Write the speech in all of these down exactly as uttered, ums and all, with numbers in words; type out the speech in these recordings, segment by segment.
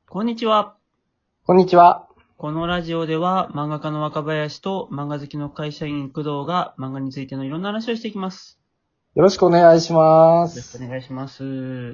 こんにちは。 こんにちは。 このラジオでは漫画家の若林と漫画好きの会社員工藤が漫画についてのいろんな話をしていきます。 よろしくお願いしまよろしくす。 お願いします。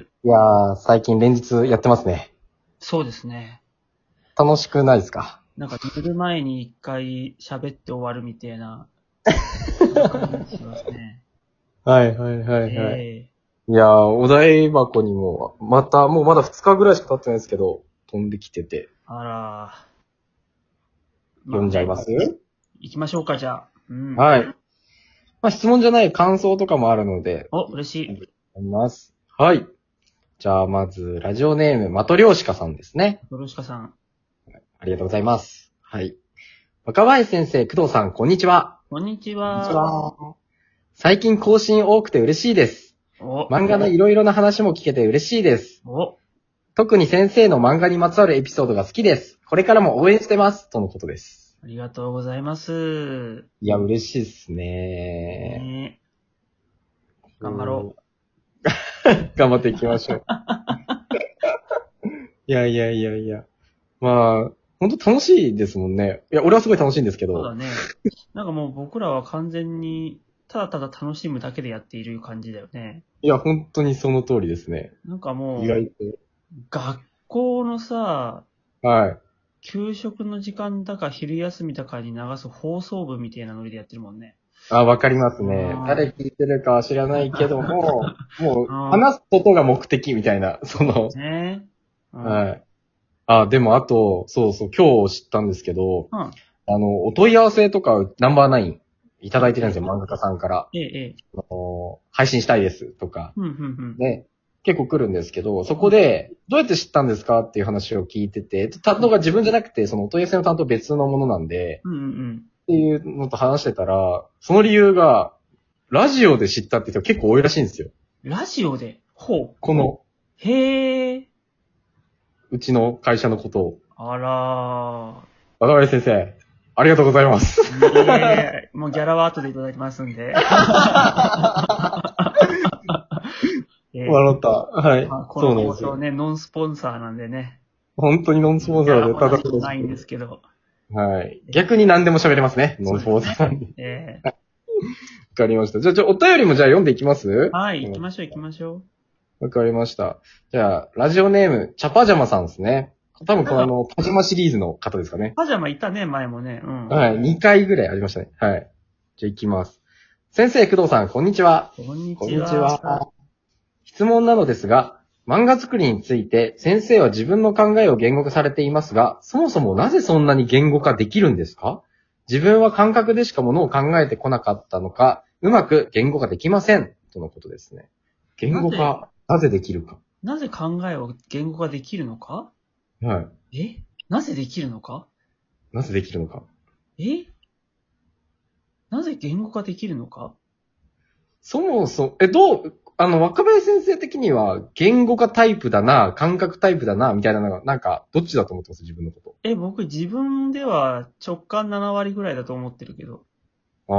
いやー、最近連日やってますね。 そうですね。 楽しくないですか？ なんか寝る前に一回喋って終わるみたいな感じしますね。 はいはいはいはい。 えいやー、お題箱にも、また、もうまだふつかぐらいしか経ってないですけど、飛んできてて、 ー、あらー。 読んじゃいます、 ね、行きましょうか、じゃあ。うん。 はい。まあ、質問じゃない感想とかもあるので、 お、嬉しい。 読みます。はい。じゃあ、まず、ラジオネーム、マトリョーシカさんですね。 よろしかさん。 ありがとうございます。はい。若林先生、工藤さん、こんにちは。 こんにちこんにちは。 は。最近更新多くて嬉しいです。 お、 漫画のいろいろな話も聞けて嬉しいです。 お、 特に先生の漫画にまつわるエピソードが好きです。これからも応援してます。とのことです。 ありがとうございます。 いや、嬉しいですね。 ねえ。頑張ろう。頑張っていきましょう。いやいやいやいや。まあ、本当楽しいですもんね。いや、俺はすごい楽しいんですけど。 そうだね。なんかもう僕らは完全に、ただただ楽しむだけでやっている感じだよね。 いや、本当にその通りですね。 なんかもう、 意外と。 学校のさ、 はい。 給食の時間だか昼休みだかに流す放送部みたいなノリでやってるもんね。 あ、わかりますね。 あー誰聞いてるかは知らないけども、もう、 あー話すことが目的みたいな、その、 ねえ。うん。 はい。あ、でもあと、そうそう、今日知ったんですけど、 うん。 あの、お問い合わせとかナンバーナインいただいてるんですよ、漫画家さんから。 ええ、ええ。 あの、配信したいですとか、 うん、うん、うん。 ね、結構来るんですけど、そこで、どうやって知ったんですかっていう話を聞いてて、担当が自分じゃなくて、そのお問い合わせの担当別のものなんで、 うん、うん、 っていうのと話してたら、その理由が、ラジオで知ったって人結構多いらしいんですよ。 うん。ラジオで、ほう。 この、 へえ。 うちの会社のことを。 あら若林先生、ありがとうございます。 ー。いえ、もうギャラは後でいただきますんで。えー笑った。はい。 まあ、このそうなんですよ。 放送ね、ノンスポンサーなんでね。 本当にノンスポンサーで、ただいやないんですけど。 はい。逆に何でも喋れますね。ノンスポンサーなんで。 えわかりました。じゃあ、じゃあお便りもじゃあ読んでいきますー、はい、行きましょう行きましょわかりました。じゃあ、ラジオネーム、チャパジャマさんですね。多分このあの、パジャマシリーズの方ですかねう。。パジャマいたね、前もね。うん。 はい。にかいぐらいありましたね。はい。じゃあ行きます。先生、工藤さん、こんにちは。 こんにこんにちちは。 は。質問なのですが、漫画作りについて先生は自分の考えを言語化されていますが、そもそもなぜそんなに言語化できるんですか？自分は感覚でしかものを考えてこなかったのか、うまく言語化できません。とのことですね。言語化、なぜできるか。 なぜ考えを言語化できるのか？ はい。 えなぜできるのか？ なぜできるのか。 えなぜ言語化できるのか？ そもそも、え、どう、あの、若林先生的には、言語化タイプだな、感覚タイプだな、みたいなのが、なんか、どっちだと思ってます自分のこと。 え、僕自分では直感なな割ぐらいだと思ってるけど。 あ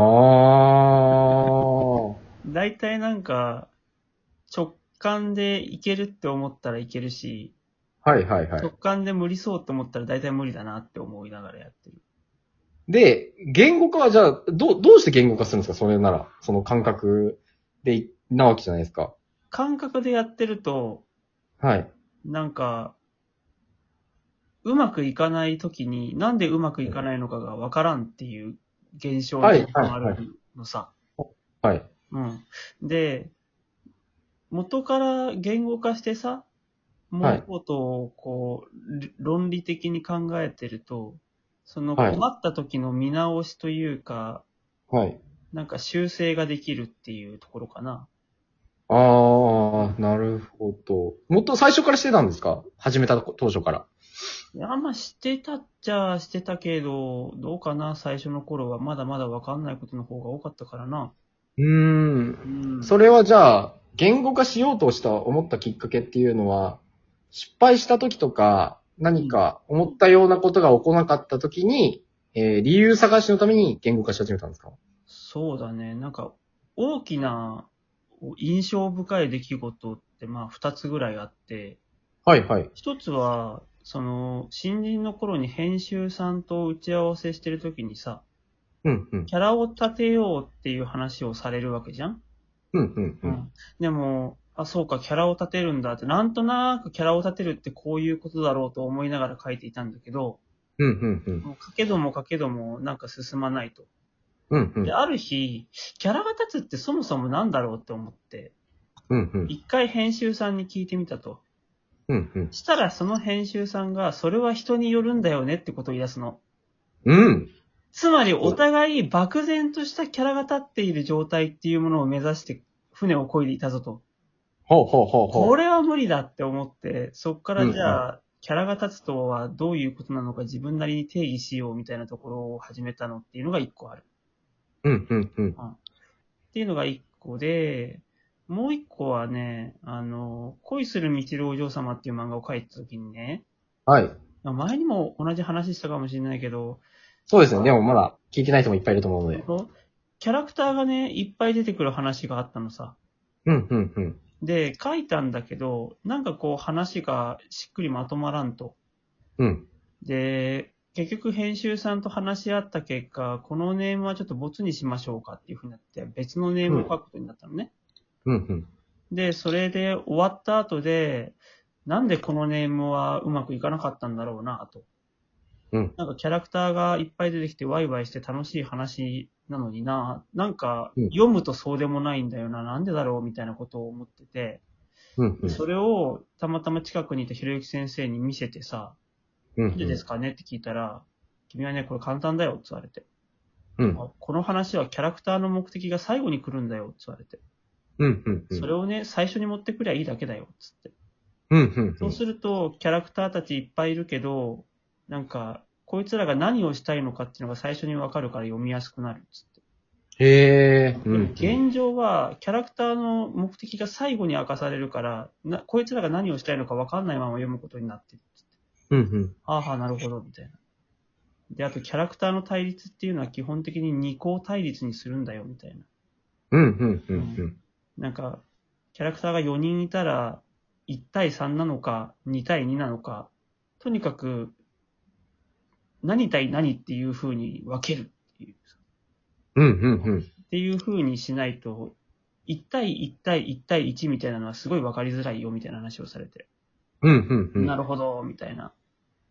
ー。 だいたいなんか、直感でいけるって思ったらいけるし、 はいはいは直い。 感で無理そうって思ったら大体無理だなって思いながらやってる。 で、言語化はじゃあ、どう、どうして言語化するんですかそれなら。その感覚で、なわけじゃないですか。 感覚でやってると、 はい。 なんか、うまくいかない時に、なんでうまくいかないのかがわからんっていう現象はい、 がはい、はい。 あるのさ。 はい。 うん。で、元から言語化してさ、物事をこう、論理的に考えてると、そのはい。 困った時の見直しというか、 はい。 なんか修正ができるっていうところかな。 あー、なるほど。もっと最初からしてたんですか始めた当初から。 いや、まあ、してたっちゃしてたけど、どうかな、最初の頃は。まだまだわかんないことの方が多かったからな。 うーん。 うん。 それはじゃあ、言語化しようとした思ったきっかけっていうのは、失敗した時とか、何か思ったようなことが起こらなかった時に、えー理由探しのために言語化し始めたんですか？ そうだね。なんか、大きな印象深い出来事って、まあ、二つぐらいあって、 はいはい。 一つは、 その、新人の頃に編集さんと打ち合わせしてる時にさ、 うんうん。 キャラを立てようっていう話をされるわけじゃん。 うんうんう。 うんん。でも、あ、そうか、キャラを立てるんだって、なんとなくキャラを立てるってこういうことだろうと思いながら書いていたんだけど、 うんうんうん。 もう書けども書けどもなんか進まないと。 うんうで、 ん。 ある日、キャラが立つってそもそもなんだろうって思って、 うんうん。 一回編集さんに聞いてみたと。 うんうん。 したらその編集さんが、それは人によるんだよねってことを言い出すの。 うん。 つまりお互い漠然としたキャラが立っている状態っていうものを目指して船を漕いでいたぞと。 ほうほうほうほう。 これは無理だって思って、そっからじゃうんあ、キャラが立つとはどういうことなのか自分なりに定義しようみたいなところを始めたのっていうのが一個ある。 うんうんうん。 っていうのが一個で、もう一個はね、あの、恋するみちるお嬢様っていう漫画を描いたときにね、 はい。 前にも同じ話したかもしれないけど、 そうですね。でもまだ聞いてない人もいっぱいいると思うので。 キャラクターがね、いっぱい出てくる話があったのさ。 うんうんうん。 で、書いたんだけど、なんかこう話がしっくりまとまらんと。 うん。 で、結局編集さんと話し合った結果、このネームはちょっとボツにしましょうかっていうふうになって、別のネームを書くことになったのね。 うんうん。 で、それで終わった後で、なんでこのネームはうまくいかなかったんだろうなと。 うん。 なんかキャラクターがいっぱい出てきてワイワイして楽しい話なのにな、なんか読むとそうでもないんだよな、なんでだろうみたいなことを思ってて、 うんうん。 それをたまたま近くにいたひろゆき先生に見せてさ、 うんなんでですかねって聞いたら、君はね、これ簡単だよって言われて。 うん。 この話はキャラクターの目的が最後に来るんだよって言われて。 うんうんうん。 それをね、最初に持ってくりゃいいだけだよっつって。 うんうんうん。 そうすると、キャラクターたちいっぱいいるけど、なんか、こいつらが何をしたいのかっていうのが最初にわかるから読みやすくなるっつって。 へー。 でも現状は、キャラクターの目的が最後に明かされるから、なこいつらが何をしたいのかわかんないまま読むことになってるっつって。 うんうん。 はあはあ、なるほど、みたいな。で、あと、キャラクターの対立っていうのは基本的に二項対立にするんだよ、みたいな。 うんうんうんうん。 なんか、キャラクターがよにんいたら、いち対さんなのか、に対になのか、とにかく、何対何っていう風に分けるっていう。 うんうんうん。 っていう風にしないと、いち対いち対いち対いちみたいなのはすごい分かりづらいよみたいな話をされて。 うんうんうん。 なるほど、みたいな。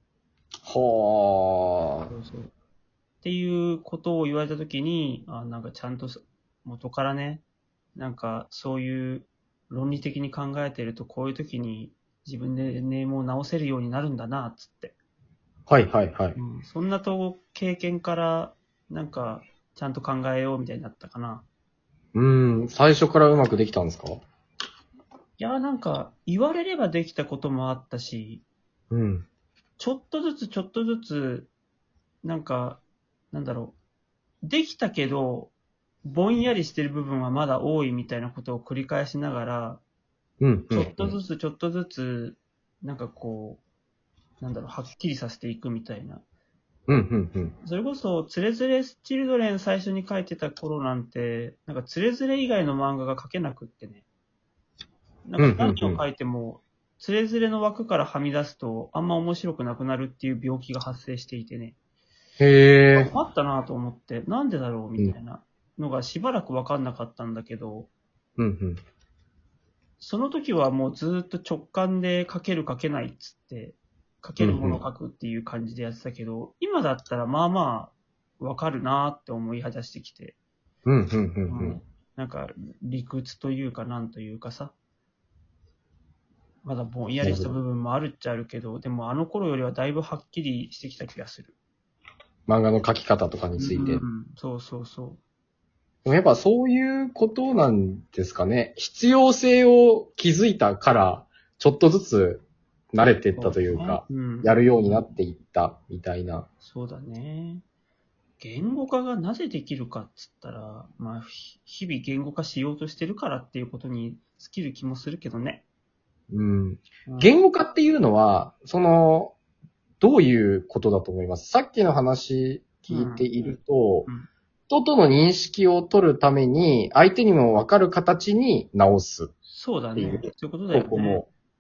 はそうそう。っていうことを言われたときに、あ、なんかちゃんと元からね、なんかそういう論理的に考えてるとこういうときに自分でネームを直せるようになるんだな、つって。 はいはいはい。 うん、そんなと経験から、なんか、ちゃんと考えようみたいになったかな。 うーん、最初からうまくできたんですか？ いや、なんか、言われればできたこともあったし、 うん。 ちょっとずつちょっとずつ、なんか、なんだろう、できたけど、ぼんやりしてる部分はまだ多いみたいなことを繰り返しながら、 うんうん。 ちょっとずつちょっとずつ、なんかこう、なんだろう、はっきりさせていくみたいな。 うんうんうん。 それこそ、つれづれチルドレン最初に書いてた頃なんて、なんかつれづれ以外の漫画が書けなくってね。なんか何を書いても、つれづれの枠からはみ出すと、あんま面白くなくなるっていう病気が発生していてね。 へー。 あったなと思って、なんでだろうみたいなのがしばらくわかんなかったんだけど、 うんうん。 その時はもうずっと直感で書ける書けないっつって、書けるものを書くっていう感じでやってたけど、今だったらまあまあわかるなーって思い始めしてきて、 うんうんうんううんん。 なんか理屈というかなんというかさ、まだぼんやりした部分もあるっちゃあるけど、でもあの頃よりはだいぶはっきりしてきた気がする。 漫画の描き方とかについて。 うん、そうそうそう。 でもやっぱそういうことなんですかね。必要性を気づいたから、ちょっとずつ慣れていったというか、 そうねうん、 やるようになっていったみたいな。 そうだね。言語化がなぜできるかっつったら、まあ、日々言語化しようとしてるからっていうことに尽きる気もするけどね。 うん。 うん、 言語化っていうのは、その、どういうことだと思います？さっきの話聞いていると、 うんうん、 人との認識を取るために、相手にも分かる形に直す。 そうだね。そういうことだよね。 ここも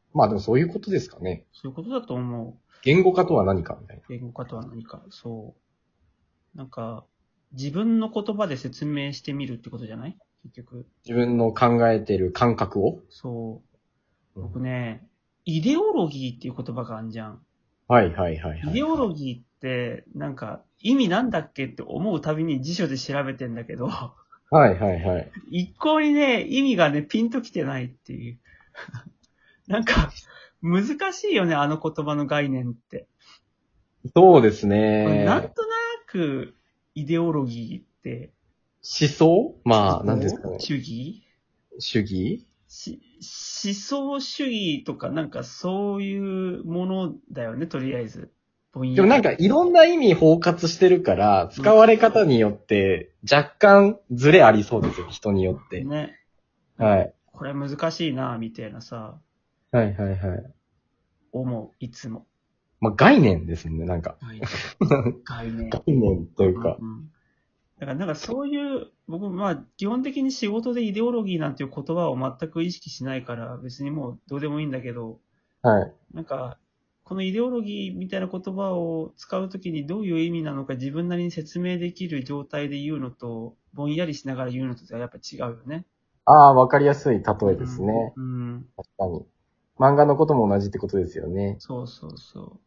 まあでもそういうことですかね。 そういうことだと思う。 言語化とは何かみたいな。 言語化とは何か。そう。なんか、自分の言葉で説明してみるってことじゃない？結局。 自分の考えてる感覚を。 そう。 うん僕ね、イデオロギーっていう言葉があるじゃん。 はいはいはいはい、はい。 イデオロギーって、なんか、意味なんだっけって思うたびに辞書で調べてんだけど、 はいはいはい。 一向にね、意味がね、ピンときてないっていう。なんか、難しいよね、あの言葉の概念って。 そうですなんね。 となく、イデオロギーって、 思想まあ、 思何ですかね。 主義主義し思想主義とかなんかそういうものだよね、とりあえず。ぼんやりでもなんかいろんな意味包括してるから、使われ方によって若干ズレありそうですよ、人によって。 ね。 はい。 これ難しいな、みたいなさ、 はいはいはい。 思う、いつも。 まあ概念ですもんね、なんか。 はい、概念。 概念というか。 うんうん、だからなんかそういう、僕、まあ基本的に仕事でイデオロギーなんていう言葉を全く意識しないから別にもうどうでもいいんだけど、 はい。 なんか、このイデオロギーみたいな言葉を使うときにどういう意味なのか自分なりに説明できる状態で言うのと、ぼんやりしながら言うのとはやっぱ違うよね。 ああ、わかりやすい例えですね。 うん。うん、 確かに。漫画のことも同じってことですよね。 そうそうそう。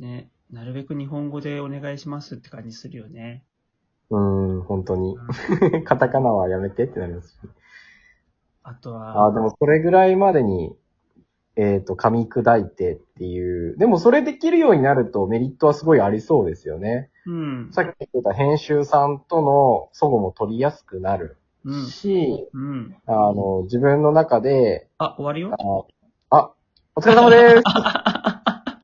ね。なるべく日本語でお願いしますって感じするよね。 うーん、本当に。 うん、 カタカナはやめてってなりますし。 あとあは、 あ、でもそれぐらいまでに、えっと、噛み砕いてっていう。でもそれできるようになるとメリットはすごいありそうですよね。 うん。 さっき言ってた編集さんとの齟齬も取りやすくなるうん。 し、 うん。 あの、自分の中で、 あ、終わるよ。 あ、あお疲れ様です。